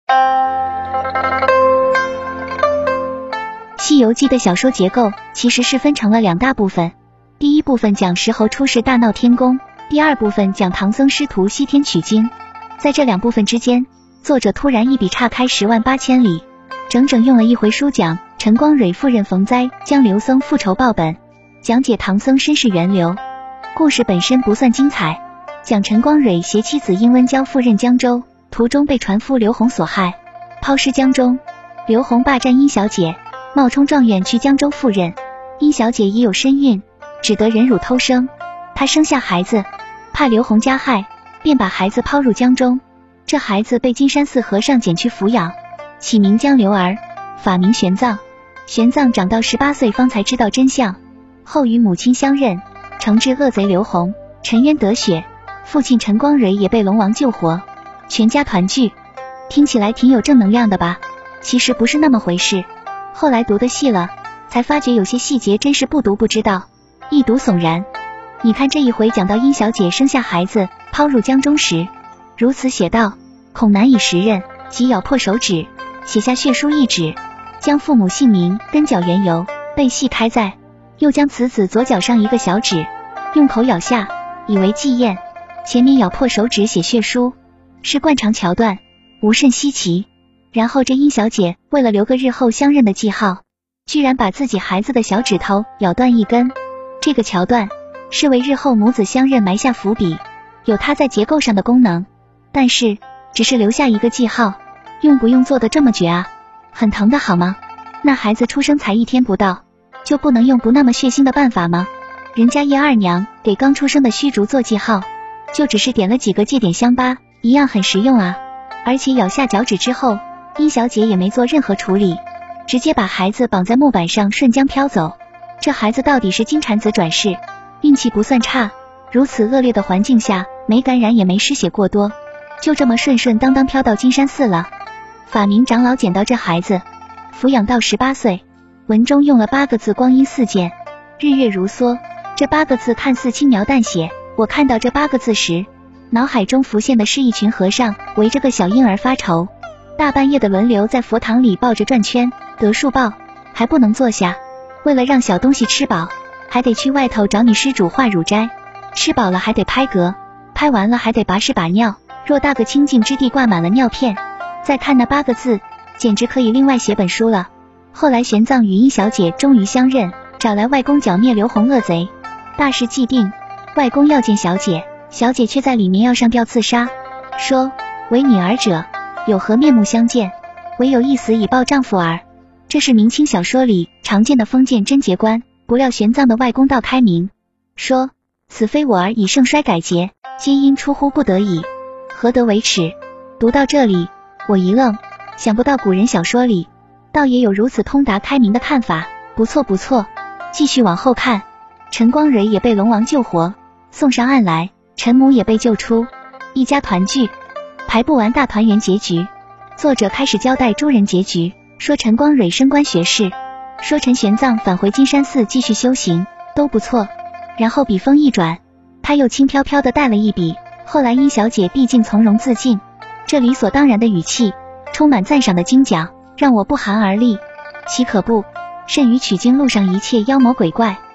西游记的小说结构其实是分成了两大部分，第一部分讲石猴出世大闹天宫，第二部分讲唐僧师徒西天取经。在这两部分之间，作者突然一笔岔开10万8千里，整整用了一回书讲陈光蕊夫人逢灾将刘僧复仇报本，讲解唐僧身世源流。故事本身不算精彩，讲陈光蕊携妻子殷温娇赴任江州，途中被船夫刘洪所害，抛尸江中。刘洪霸占殷小姐，冒充状元去江州赴任。殷小姐已有身孕，只得忍辱偷生。她生下孩子，怕刘洪加害，便把孩子抛入江中。这孩子被金山寺和尚捡去抚养，起名江流儿，法名玄奘。玄奘长到18岁方才知道真相，后与母亲相认，惩治恶贼刘洪，沉冤得雪。父亲陈光蕊也被龙王救活，全家团聚。听起来挺有正能量的吧？其实不是那么回事。后来读的细了，才发觉有些细节真是不读不知道，一读悚然。你看这一回讲到殷小姐生下孩子抛入江中时，如此写道：恐难以识认，即咬破手指，写下血书一纸，将父母姓名、跟脚缘由背细开在，又将此子左脚上一个小指用口咬下，以为纪验。前面咬破手指写血书是惯常桥段，无甚稀奇。然后这殷小姐为了留个日后相认的记号，居然把自己孩子的小指头咬断一根。这个桥段是为日后母子相认埋下伏笔，有它在结构上的功能，但是只是留下一个记号，用不用做的这么绝啊？很疼的好吗？那孩子出生才1天不到，就不能用不那么血腥的办法吗？人家叶二娘给刚出生的虚竹做记号，就只是点了几个界点香疤，一样很实用啊。而且咬下脚趾之后，殷小姐也没做任何处理，直接把孩子绑在木板上顺江飘走。这孩子到底是金蝉子转世，运气不算差，如此恶劣的环境下，没感染也没失血过多，就这么顺顺当当飘到金山寺了。法明长老捡到这孩子，抚养到18岁，文中用了8个字：光阴似箭，日月如梭。这8个字看似轻描淡写，我看到这8个字时，脑海中浮现的是一群和尚围着个小婴儿发愁，大半夜的轮流在佛堂里抱着转圈，得数报还不能坐下，为了让小东西吃饱，还得去外头找女施主化乳斋，吃饱了还得拍嗝，拍完了还得拔屎把尿，偌大个清净之地挂满了尿片。再看那8个字，简直可以另外写本书了。后来玄奘与殷小姐终于相认，找来外公剿灭刘洪恶贼，大事既定，外公要见小姐，小姐却在里面要上吊自杀，说为女儿者有何面目相见，唯有一死以报丈夫耳。这是明清小说里常见的封建贞洁观，不料玄奘的外公道开明，说此非我儿以盛衰改节，皆因出乎不得已，何得为耻。读到这里我一愣，想不到古人小说里倒也有如此通达开明的看法，不错不错。继续往后看，陈光蕊也被龙王救活，送上岸来，陈母也被救出，一家团聚。排不完大团圆结局，作者开始交代诸人结局，说陈光蕊升官学士，说陈玄奘返回金山寺继续修行，都不错。然后笔锋一转，他又轻飘飘地带了一笔，后来殷小姐毕竟从容自尽，这理所当然的语气，充满赞赏的精讲，让我不寒而栗。岂可不，甚于取经路上一切妖魔鬼怪，